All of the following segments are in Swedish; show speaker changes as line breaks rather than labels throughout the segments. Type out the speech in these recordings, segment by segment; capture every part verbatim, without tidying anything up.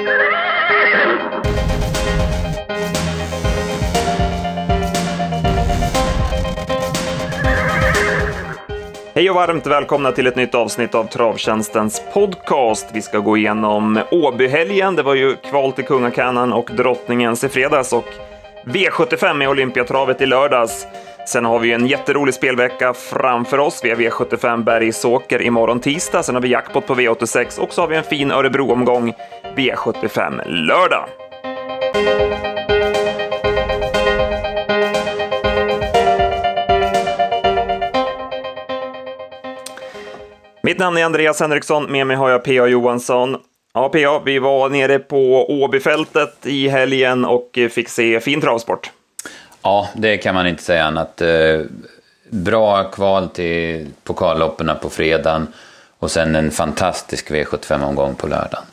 Hej och varmt välkomna till ett nytt avsnitt av Travtjänstens podcast. Vi ska gå igenom Åbyhelgen. Det var ju kval till Kungakanan och Drottningens i fredags och V sjuttiofem i Olympiatravet i lördags. Sen har vi en jätterolig spelvecka framför oss. Vi har V sjuttiofem Bergsåker imorgon tisdag. Sen har vi jackpot på V åttiosex och så har vi en fin Örebro-omgång V sjuttiofem lördag. Mitt namn är Andreas Henriksson, med mig har jag P A Johansson. Ja, P A, vi var nere på Åbyfältet i helgen och fick se fin travsport.
Ja, det kan man inte säga annat. Eh, bra kval till pokalloppen på fredagen och sen en fantastisk V sjuttiofem-omgång på lördagen.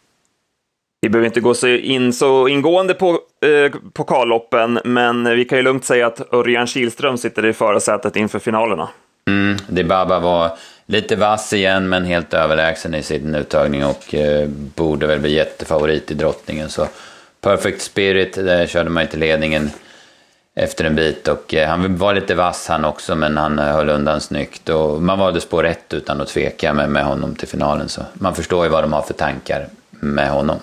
Vi behöver inte gå så in så ingående på eh, pokalloppen, men vi kan ju lugnt säga att Örjan Kihlström sitter i förarsätet inför finalerna.
Mm, Dibaba var lite vass igen, men helt överlägsen i sin uttagning och eh, borde väl bli jättefavorit i Drottningen. Så Perfect Spirit, där körde man till ledningen efter en bit och eh, han var lite vass han också, men han eh, höll undan snyggt och man valde spår rätt utan att tveka med, med honom till finalen, så man förstår ju vad de har för tankar med honom.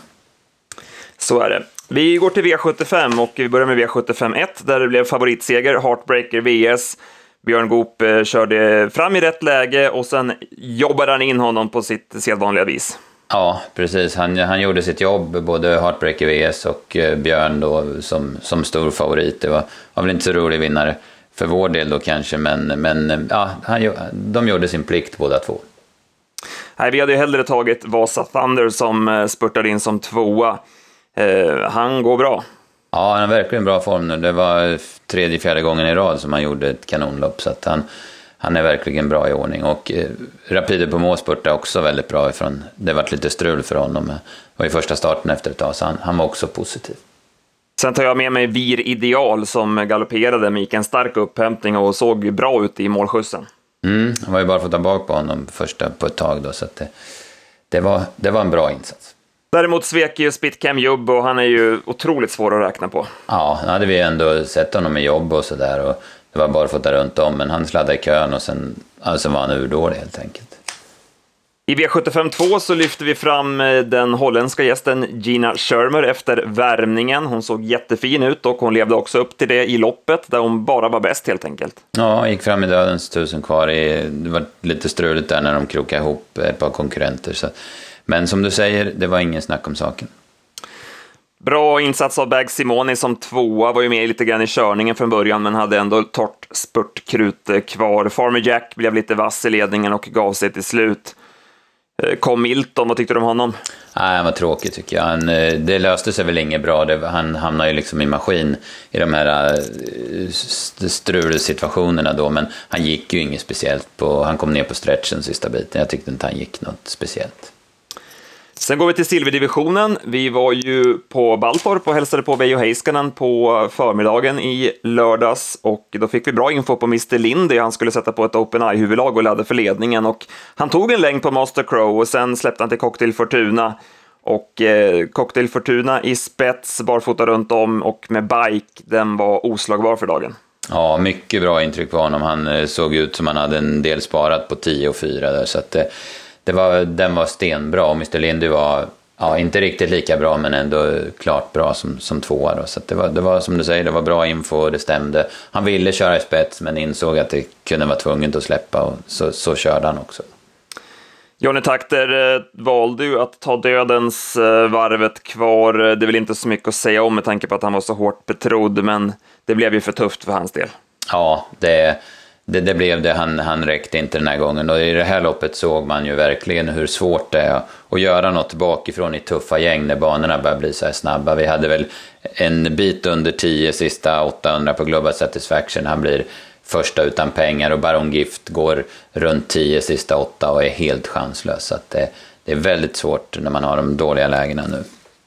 Så är det. Vi går till V sjuttiofem och vi börjar med V sjuttiofem ett där det blev favoritseger, Heartbreaker V S. Björn Goop eh, körde fram i rätt läge och sen jobbade han in honom på sitt sedvanliga vis.
Ja, precis. Han, han gjorde sitt jobb, både Heartbreaker V S och eh, Björn då, som, som stor favorit. Det var, var väl inte så rolig vinnare för vår del då kanske, men, men ja, han, de gjorde sin plikt båda två.
Nej, vi hade ju hellre tagit Vasa Thunder som eh, spurtade in som tvåa. Eh, han går bra.
Ja, han har verkligen bra form nu. Det var tredje, fjärde gången i rad som han gjorde ett kanonlopp, så att han, han är verkligen bra i ordning. Och eh, Rapido på målspurt är också väldigt bra ifrån. Det var lite strul för honom. Det var i första starten efter ett tag, så han, han var också positiv.
Sen tar jag med mig Vir Ideal som galopperade med gick en stark upphämtning och såg bra ut i målskjutsen.
Mm, han var ju bara fått ta bak på honom första på ett tag då, så att det, det, var, det var en bra insats.
Däremot svek ju Spitcam Jubb och han är ju otroligt svår att räkna på.
Ja, nu hade vi ändå sett honom i jobb och sådär och det var bara fått där runt om, men han sladdade i kön och sen alltså var han urdålig helt enkelt.
I V sjuttiofem två så lyfter vi fram den holländska gästen Gina Schirmer efter värmningen. Hon såg jättefin ut och hon levde också upp till det i loppet där hon bara var bäst helt enkelt.
Ja, gick fram i dödens tusen kvar. I, det var lite struligt där när de krokade ihop ett par konkurrenter. Så. Men som du säger, det var ingen snack om saken.
Bra insats av Bag Simoni som tvåa, var ju med lite grann i körningen från början men hade ändå torrt spurtkrut kvar. Farmer Jack blev lite vass i ledningen och gav sig till slut. Kom Milton, vad tyckte du om honom?
Nej, han var tråkig tycker jag. Han, det löste sig väl inget bra. Det, han hamnade ju liksom i maskin i de här strulsituationerna då, men han gick ju inget speciellt på, han kom ner på stretchen sista biten. Jag tyckte inte han gick något speciellt.
Sen går vi till silverdivisionen. Vi var ju på Baltorp och hälsade på Veijo Heiskanen på förmiddagen i lördags och då fick vi bra info på mister Lindy. Han skulle sätta på ett Open Eye-huvudlag och ladda för ledningen och han tog en längd på Master Crow och sen släppte han till Cocktail Fortuna och eh, Cocktail Fortuna i spets, barfota runt om och med bike, den var oslagbar för dagen.
Ja, mycket bra intryck på honom. Han såg ut som han hade en del sparat på tio och fyra där, så att det Det var, den var stenbra och mister Lindy var ja, inte riktigt lika bra men ändå klart bra som, som tvåa då. Så att det, var, det var som du säger, det var bra info, det stämde. Han ville köra i spets men insåg att det kunde vara tvunget att släppa och så, så körde han också.
Johnny Takter eh, valde ju att ta dödens eh, varvet kvar. Det är väl inte så mycket att säga om med tanke på att han var så hårt betrodd, men det blev ju för tufft för hans del.
Ja, det Det, det blev det, han, han räckte inte den här gången och i det här loppet såg man ju verkligen hur svårt det är att göra något bakifrån i tuffa gäng när banorna börjar bli så här snabba. Vi hade väl en bit under tio sista åttahundra på Global Satisfaction, han blir första utan pengar och Baron Gift går runt tio sista åtta och är helt chanslös, så att det, det är väldigt svårt när man har de dåliga lägena nu.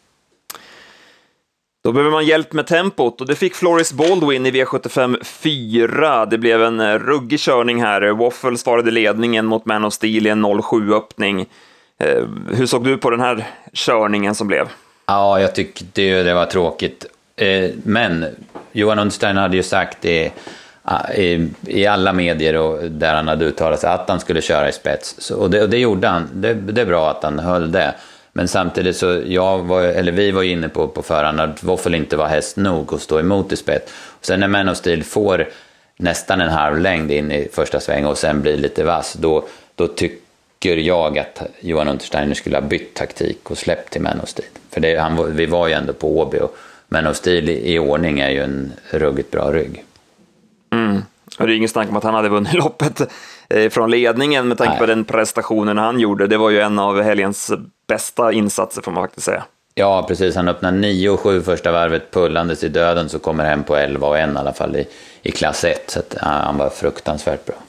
Då behöver man hjälp med tempot och det fick Floris Baldwin i V sjuttiofem fyra. Det blev en ruggig körning här. Waffle svarade ledningen mot Man of Steel i en noll sju öppning. Eh, hur såg du på den här körningen som blev?
Ja, jag tyckte ju det var tråkigt. Men Johan Untersteiner hade ju sagt det i, i alla medier och där han hade uttalat sig att han skulle köra i spets. Så, och, det, och det gjorde han. Det, det är bra att han höll det. Men samtidigt så jag var, eller vi var inne på, på förhand att Woffel inte var häst nog att stå emot i spets. Och sen när Man of Steel får nästan en halv längd in i första sväng och sen blir lite vass, då, då tycker jag att Johan Untersteiner skulle ha bytt taktik och släppt till Man of Steel. För det, han, vi var ju ändå på Åby och Man of Steel i, i ordning är ju en ruggigt bra rygg.
Mm. Och det är ingen snack om att han hade vunnit loppet eh, från ledningen med tanke Nej. på den prestationen han gjorde. Det var ju en av helgens bästa insatser får man faktiskt säga.
Ja, precis. Han öppnar nio och sju första varvet pullandes i döden, så kommer hem på elva och en i alla fall i, i klass ett. Så att, ja, han var fruktansvärt bra.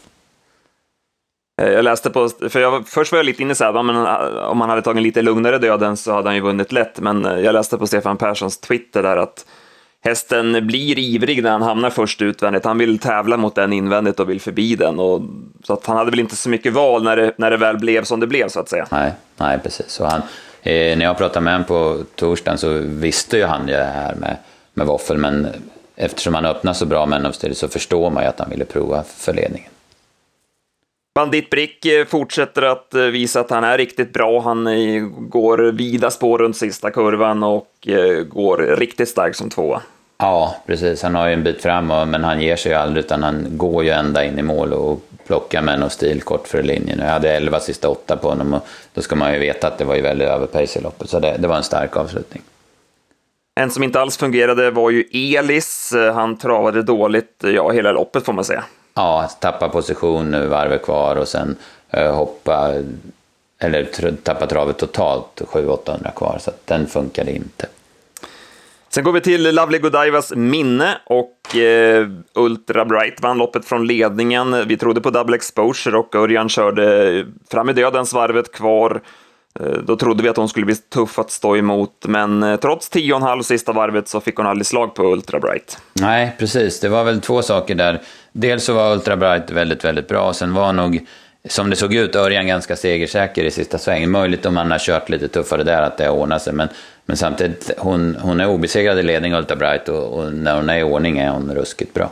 Jag läste på, för jag, först var jag lite inne så här, men om han hade tagit lite lugnare döden så hade han ju vunnit lätt. Men jag läste på Stefan Perssons Twitter där att hästen blir ivrig när han hamnar först utvändigt. Han vill tävla mot den invändigt och vill förbi den. Och, så att han hade väl inte så mycket val när det, när det väl blev som det blev så att säga.
Nej, nej precis. Så han, eh, när jag pratade med honom på torsdagen så visste ju han ju det här med, med Woffel. Men eftersom han öppnar så bra med en så förstår man ju att han ville prova för ledningen.
Bandit Brick fortsätter att visa att han är riktigt bra. Han går vida spår runt sista kurvan och går riktigt stark som tvåa.
Ja, precis. Han har ju en bit fram, men han ger sig ju aldrig, utan han går ju ända in i mål och plockar med någon stil kort för linjen. Jag hade elva sista åtta på honom och då ska man ju veta att det var ju väldigt överpace i loppet, så det, det var en stark avslutning.
En som inte alls fungerade var ju Elis. Han travade dåligt, ja, hela loppet får man säga.
Ja, tappa position nu, varvet kvar och sen eh, hoppa, eller tappa travet totalt, sju till åttahundra kvar, så att den funkade inte.
Sen går vi till Lovely Godivas minne och eh, Ultra Bright vann loppet från ledningen. Vi trodde på double exposure och Örjan körde fram i dödens varvet kvar. Eh, då trodde vi att hon skulle bli tuff att stå emot, men eh, trots tio och en halv sista varvet så fick hon aldrig slag på Ultra Bright. Nej,
precis. Det var väl två saker där. Dels så var Ultra Bright väldigt, väldigt bra. Sen var nog, som det såg ut, Örjan ganska segersäker i sista svängen. Möjligt om han har kört lite tuffare där att det ordnar sig. Men, men samtidigt, hon, hon är obesegrad i ledning, Ultra Bright. Och, och när hon är i ordning är hon ruskigt bra.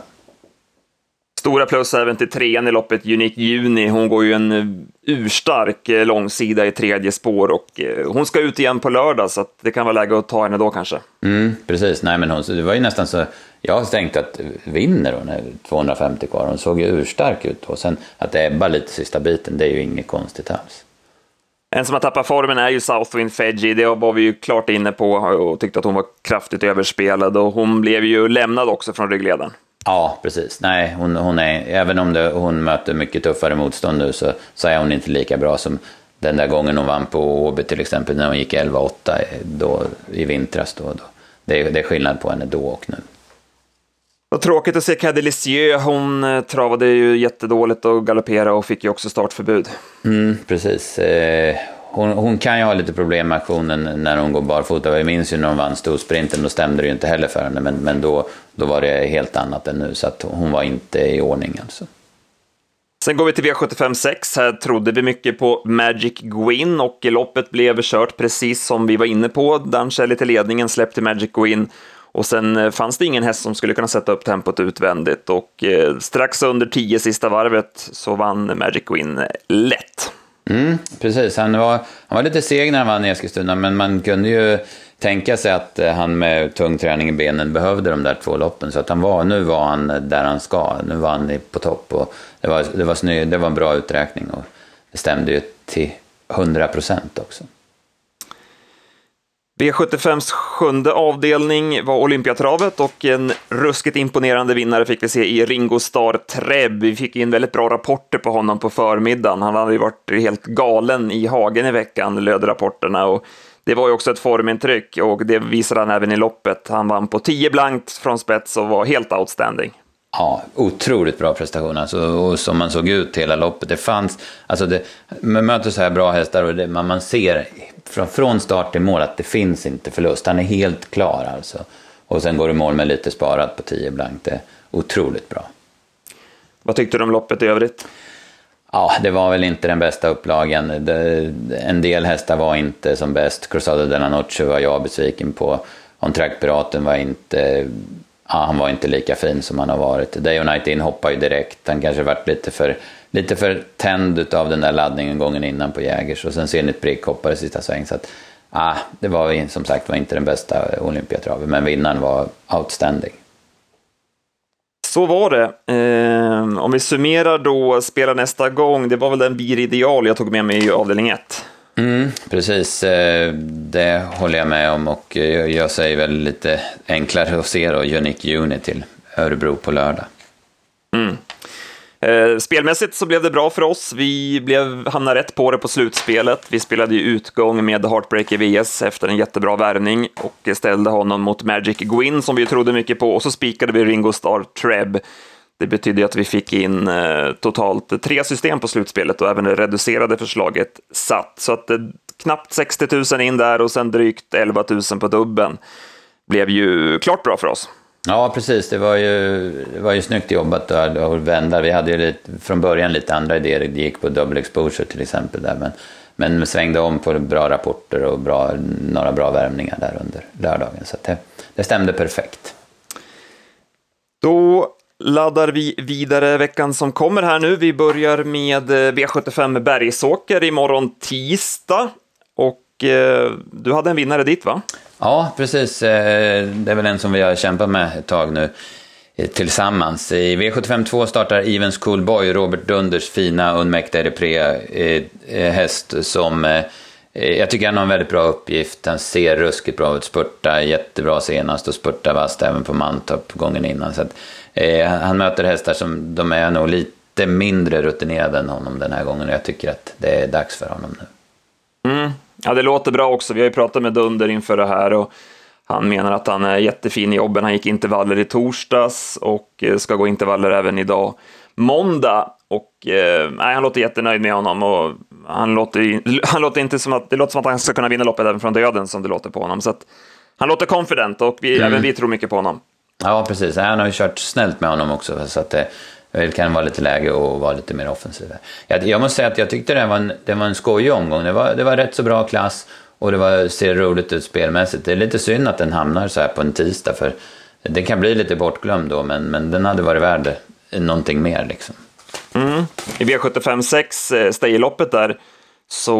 Stora plus även till trean i loppet, Unique Juni. Hon går ju en urstark långsida i tredje spår och hon ska ut igen på lördag, så att det kan vara läge att ta henne då kanske.
Mm, precis. Nej, men hon, det var ju nästan så, jag tänkte att vinner hon tvåhundrafemtio kvar. Hon såg ju urstark ut och sen att det ebbar lite sista biten, det är ju inget konstigt alls.
En som har tappat formen är ju Southwind Fedji. Det var vi ju klart inne på och tyckte att hon var kraftigt överspelad, och hon blev ju lämnad också från ryggledaren.
Ja, precis. Nej, hon, hon är, även om det, hon möter mycket tuffare motstånd nu, så, så är hon inte lika bra som den där gången hon vann på Åby till exempel, när hon gick elva åtta då, i vintras. Då, då. Det, är, det är skillnad på henne då och nu.
Och tråkigt att se Caddy Lisieux. Hon travade ju jättedåligt och galopperade och fick ju också startförbud.
Mm, precis. Eh, hon, hon kan ju ha lite problem med aktionen när hon går barfota. Jag minns ju när hon vann storsprinten, då stämde det ju inte heller för henne. Men, men då, då var det helt annat än nu, så att hon var inte i ordning alltså.
Sen går vi till V sjuttiofem sex. Här trodde vi mycket på Magic Gwyn och loppet blev kört precis som vi var inne på. Dancelli till ledningen, släppte Magic Gwyn. Och sen fanns det ingen häst som skulle kunna sätta upp tempot utvändigt. Och eh, strax under tio sista varvet så vann Magic Gwyn lätt.
Mm, precis, han var, han var lite seg när han vann i Eskilstuna, men man kunde ju tänka sig att han med tung träning i benen behövde de där två loppen, så att han var, nu var han där han ska, nu var han på topp och det var, det var, snö, det var en bra uträkning och det stämde ju till hundra procent också.
V sjuttiofems sjunde avdelning var Olympiatravet och en ruskigt imponerande vinnare fick vi se i Ringo Starr Treb. Vi fick in väldigt bra rapporter på honom på förmiddagen. Han hade ju varit helt galen i hagen i veckan, löd rapporterna, och det var ju också ett formintryck och det visade han även i loppet. Han vann på tio blankt från spets och var helt outstanding.
Ja, otroligt bra prestation alltså, och som man såg ut hela loppet. Det fanns, alltså det, man möter så här bra hästar och det, man, man ser från, från start till mål att det finns inte förlust. Han är helt klar alltså. Och sen går det mål med lite sparat på tio blankt. Det är otroligt bra.
Vad tyckte du om loppet i övrigt?
Ja, det var väl inte den bästa upplagan. Det, en del hästar var inte som bäst. Cruzado de la Noche var jag besviken på. On Track Piraten var inte... Ja, han var inte lika fin som han har varit. Day or Night In hoppar ju direkt. Han kanske varit lite för, lite för tänd av den där laddningen gången innan på Jägers. Och sen Zenit Prick hoppade sista sväng. Så att, ah, det var som sagt var inte den bästa Olympiatraven. Men vinnaren var outstanding.
Så var det. Eh, om vi summerar då, spela nästa gång. Det var väl den Bir Ideal jag tog med mig i avdelning ett.
Mm, precis, det håller jag med om, och jag säger väl lite enklare att se då Unique Uni till Örebro på lördag.
Mm. Eh, spelmässigt så blev det bra för oss. Vi blev, hamnade rätt på det på slutspelet. Vi spelade ju utgång med Heartbreaker V S efter en jättebra värvning och ställde honom mot Magic Gwyn som vi trodde mycket på, och så spikade vi Ringo Starr Treb. Det betyder att vi fick in eh, totalt tre system på slutspelet och även det reducerade förslaget satt. Så att eh, knappt sextio tusen in där och sen drygt elva tusen på dubben blev ju klart bra för oss.
Ja, precis. Det var ju, det var ju snyggt jobbat att vända. Vi hade ju lite, från början lite andra idéer. Det gick på double exposure till exempel där, men, men svängde om på bra rapporter och bra, några bra värmningar där under lördagen. Så att det, det stämde perfekt.
Då laddar vi vidare veckan som kommer här nu. Vi börjar med V sjuttiofem Bergsåker imorgon tisdag. Och eh, du hade en vinnare dit, va?
Ja, precis. Det är väl en som vi har kämpat med ett tag nu tillsammans. I V sjuttiofem två startar Evens Cool Boy, Robert Dunders fina Unmäkta Repre häst som... Jag tycker han har en väldigt bra uppgift. Han ser ruskigt bra ut, spurtar jättebra senast och spurtar vast även på Mantorp gången innan. Så att, eh, han möter hästar som de är nog lite mindre rutinerade än honom den här gången. Och jag tycker att det är dags för honom nu.
Mm. Ja, det låter bra också. Vi har ju pratat med Dunder inför det här och han menar att han är jättefin i jobben. Han gick intervaller i torsdags och ska gå intervaller även idag måndag. Och eh, nej, han låter jättenöjd med honom och han låter, han låter inte som att det låter som att han ska kunna vinna loppet även från döden som det låter på honom. Så att han låter confident och vi, mm. även vi tror mycket på honom.
Ja, precis. Han har ju kört snällt med honom också så att det, det kan vara lite läge och vara lite mer offensiv. Jag, jag måste säga att jag tyckte det var en, det var en skojig omgång. Det var, det var rätt så bra klass och det var, ser roligt ut spelmässigt. Det är lite synd att den hamnar så här på en tisdag för det kan bli lite bortglömd då, men, men den hade varit värd någonting mer liksom.
Mm. I V sjuttiofem sex stayloppet där så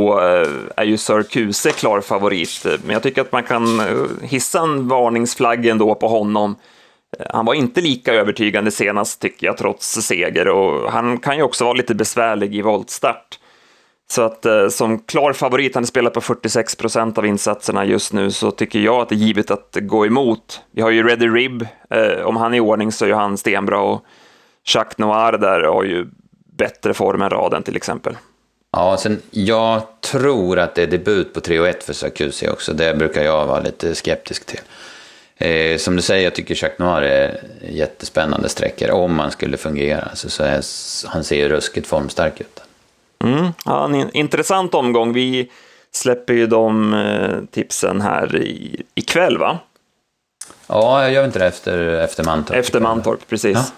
är ju Sir Kuse klar favorit, men jag tycker att man kan hissa en varningsflagg ändå på honom. Han var inte lika övertygande senast tycker jag trots seger, och han kan ju också vara lite besvärlig i voltstart. Så att som klar favorit, han spelar på fyrtiosex procent av insatserna just nu, så tycker jag att det är givet att gå emot. Vi har ju Ready Rib, om han är i ordning så är ju han stenbra, och Jacques Noir där har ju bättre form än raden till exempel.
Ja, sen jag tror att det är debut på tre och ett för Sarkozy också. Det brukar jag vara lite skeptisk till. Eh, som du säger, jag tycker Jacques Noir är jättespännande sträckor om man skulle fungera. Så, så är, han ser ju ruskigt formstark ut.
Mm, ja, en intressant omgång. Vi släpper ju de eh, tipsen här i, ikväll, va?
Ja, jag gör inte det efter, efter Mantorp.
Efter Mantorp, precis.
Ja.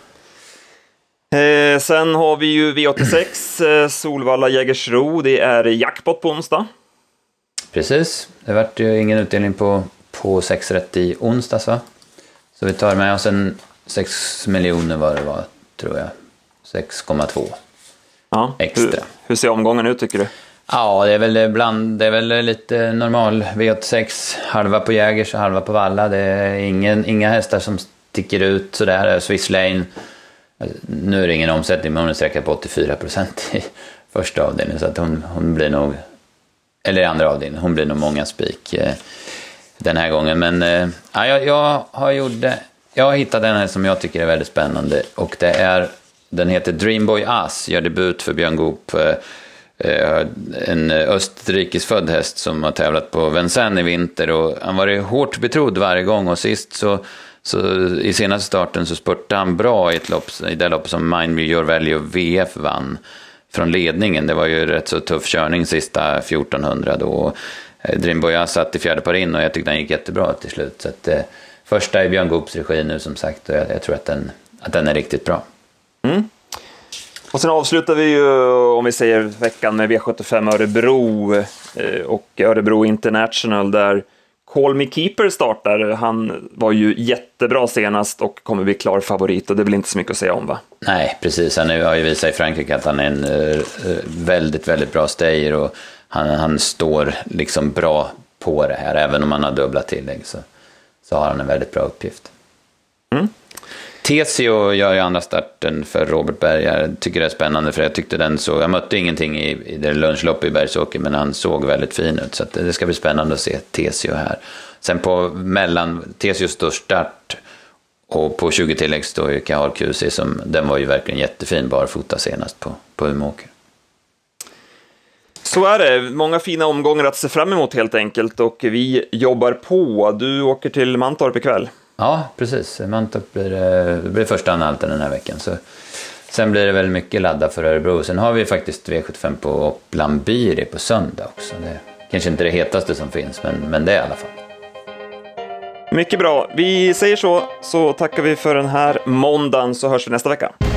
Eh, sen har vi ju V åttiosex, eh, Solvalla Jägersro. Det är jackpot på onsdag.
Precis, det vart ju ingen utdelning på, på sex rätt i onsdags, va? Så vi tar med oss en sex miljoner vad det var, tror jag. sex komma två
ja,
extra.
Hur, hur ser omgången ut tycker du?
Ja, det är väl bland, det är väl lite normal V åttiosex, halva på Jägers och halva på Valla. Det är ingen, inga hästar som sticker ut sådär. Swiss Lane, nu är det ingen omsättning, men hon är sträckad på åttiofyra procent i första avdelningen, så att hon, hon blir nog, eller i andra avdelningen, hon blir nog många spik eh, den här gången. Men eh, ja, jag, jag har gjort det, jag har hittat den här som jag tycker är väldigt spännande, och det är, den heter Dreamboy As, gör debut för Björn Goop, eh, en österrikisfödd häst som har tävlat på Vincennes i vinter, och han var hårt betrodd varje gång, och sist så Så i senaste starten så spurtade han bra i, ett lopp, i det lopp som Mind Me Your Value V F vann från ledningen. Det var ju rätt så tuff körning sista fjortonhundra då. Dreamboy satt i fjärde par in och jag tyckte han gick jättebra till slut. Så att, eh, första i Björn Goops regi nu som sagt, och jag, jag tror att den, att den är riktigt bra.
Mm. Och sen avslutar vi ju, om vi säger veckan, med V sjuttiofem Örebro eh, och Örebro International där Call Me Keeper startar. Han var ju jättebra senast och kommer bli klar favorit, och det blir inte så mycket att säga om, va?
Nej, precis. Han har ju visat i Frankrike att han är en uh, väldigt, väldigt bra stayer, och han, han står liksom bra på det här. Även om han har dubbla tillägg så, så har han en väldigt bra uppgift.
Mm.
Tesio gör ju andra starten för Robert Berg. Jag tycker det är spännande, för jag tyckte den så. Jag mötte ingenting i, i det lunchlopp i Bergsåker, men han såg väldigt fin ut, så att det ska bli spännande att se Tesio här. Sen på mellan Tesios största start och på tjugo tillägg står ju Kahal Q C, som den var ju verkligen jättefin barfota senast på, på Umeåker.
Så är det, många fina omgångar att se fram emot helt enkelt, och vi jobbar på. Du åker till Mantorp ikväll.
Ja, precis. Mantorp blir, det blir första anhalten den här veckan. Så sen blir det väl mycket ladda för Örebro. Sen har vi faktiskt V sjuttiofem på Uppland Biri på söndag också. Det är kanske inte det hetaste som finns, men, men det är i alla fall.
Mycket bra. Vi säger så, så tackar vi för den här måndagen, så hörs vi nästa vecka.